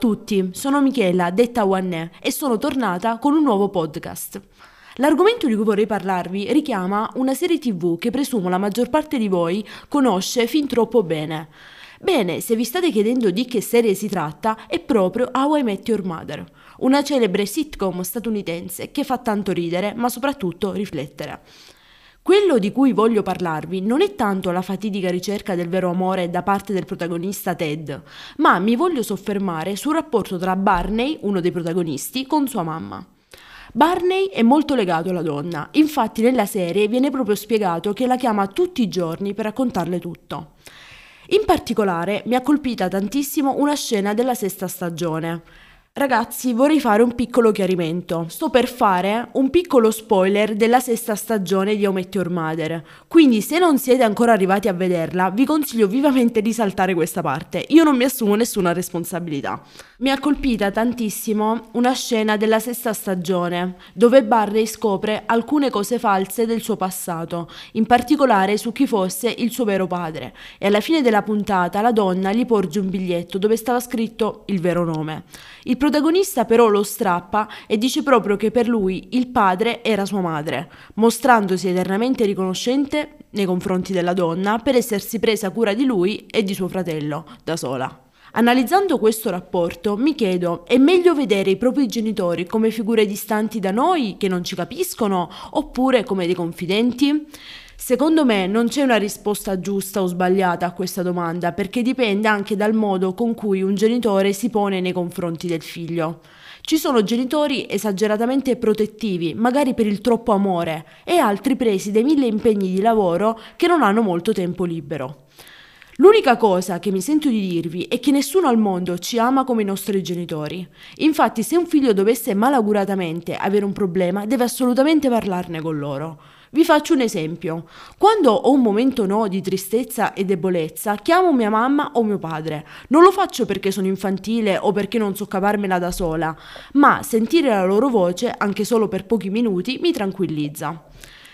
tutti, sono Michela, detta Wanné, e sono tornata con un nuovo podcast. L'argomento di cui vorrei parlarvi richiama una serie TV che presumo la maggior parte di voi conosce fin troppo bene. Bene, se vi state chiedendo di che serie si tratta, è proprio How I Met Your Mother, una celebre sitcom statunitense che fa tanto ridere, ma soprattutto riflettere. Quello di cui voglio parlarvi non è tanto la fatidica ricerca del vero amore da parte del protagonista Ted, ma mi voglio soffermare sul rapporto tra Barney, uno dei protagonisti, con sua mamma. Barney è molto legato alla donna, infatti nella serie viene proprio spiegato che la chiama tutti i giorni per raccontarle tutto. In particolare mi ha colpita tantissimo una scena della sesta stagione. Ragazzi, vorrei fare un piccolo chiarimento. Sto per fare un piccolo spoiler della sesta stagione di How I Met Your Mother, quindi se non siete ancora arrivati a vederla, vi consiglio vivamente di saltare questa parte. Io non mi assumo nessuna responsabilità. Mi ha colpita tantissimo una scena della sesta stagione, dove Barney scopre alcune cose false del suo passato, in particolare su chi fosse il suo vero padre, e alla fine della puntata la donna gli porge un biglietto dove stava scritto il vero nome. Il protagonista però lo strappa e dice proprio che per lui il padre era sua madre, mostrandosi eternamente riconoscente nei confronti della donna per essersi presa cura di lui e di suo fratello da sola. Analizzando questo rapporto mi chiedo, è meglio vedere i propri genitori come figure distanti da noi che non ci capiscono oppure come dei confidenti? Secondo me non c'è una risposta giusta o sbagliata a questa domanda perché dipende anche dal modo con cui un genitore si pone nei confronti del figlio. Ci sono genitori esageratamente protettivi, magari per il troppo amore, e altri presi dai 1000 impegni di lavoro che non hanno molto tempo libero. L'unica cosa che mi sento di dirvi è che nessuno al mondo ci ama come i nostri genitori. Infatti, se un figlio dovesse malauguratamente avere un problema, deve assolutamente parlarne con loro. Vi faccio un esempio. Quando ho un momento di tristezza e debolezza, chiamo mia mamma o mio padre. Non lo faccio perché sono infantile o perché non so cavarmela da sola, ma sentire la loro voce, anche solo per pochi minuti, mi tranquillizza.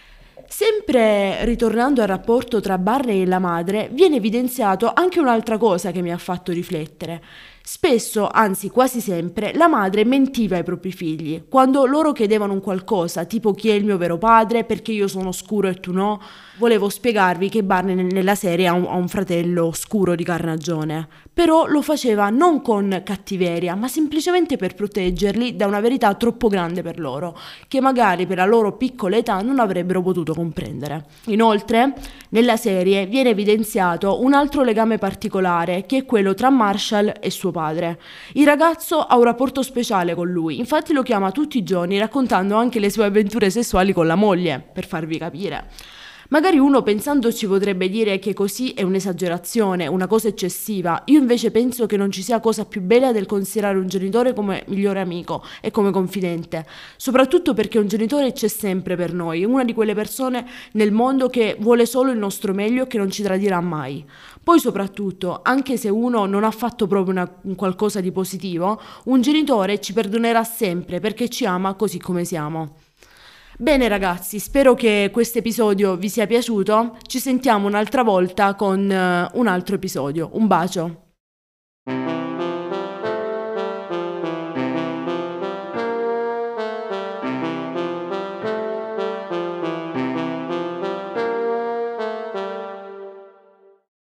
Sempre ritornando al rapporto tra Barney e la madre, viene evidenziato anche un'altra cosa che mi ha fatto riflettere. Spesso, anzi quasi sempre, la madre mentiva ai propri figli. Quando loro chiedevano un qualcosa, tipo chi è il mio vero padre, perché io sono scuro e tu no, volevo spiegarvi che Barney nella serie ha un fratello scuro di carnagione. Però lo faceva non con cattiveria, ma semplicemente per proteggerli da una verità troppo grande per loro, che magari per la loro piccola età non avrebbero potuto comprendere. Inoltre, nella serie viene evidenziato un altro legame particolare, che è quello tra Marshall e suo padre. Il ragazzo ha un rapporto speciale con lui, infatti lo chiama tutti i giorni raccontando anche le sue avventure sessuali con la moglie, per farvi capire. Magari uno pensandoci potrebbe dire che così è un'esagerazione, una cosa eccessiva. Io invece penso che non ci sia cosa più bella del considerare un genitore come migliore amico e come confidente, soprattutto perché un genitore c'è sempre per noi, è una di quelle persone nel mondo che vuole solo il nostro meglio e che non ci tradirà mai. Poi soprattutto, anche se uno non ha fatto proprio un qualcosa di positivo, un genitore ci perdonerà sempre perché ci ama così come siamo. Bene ragazzi, spero che questo episodio vi sia piaciuto, ci sentiamo un'altra volta con un altro episodio. Un bacio!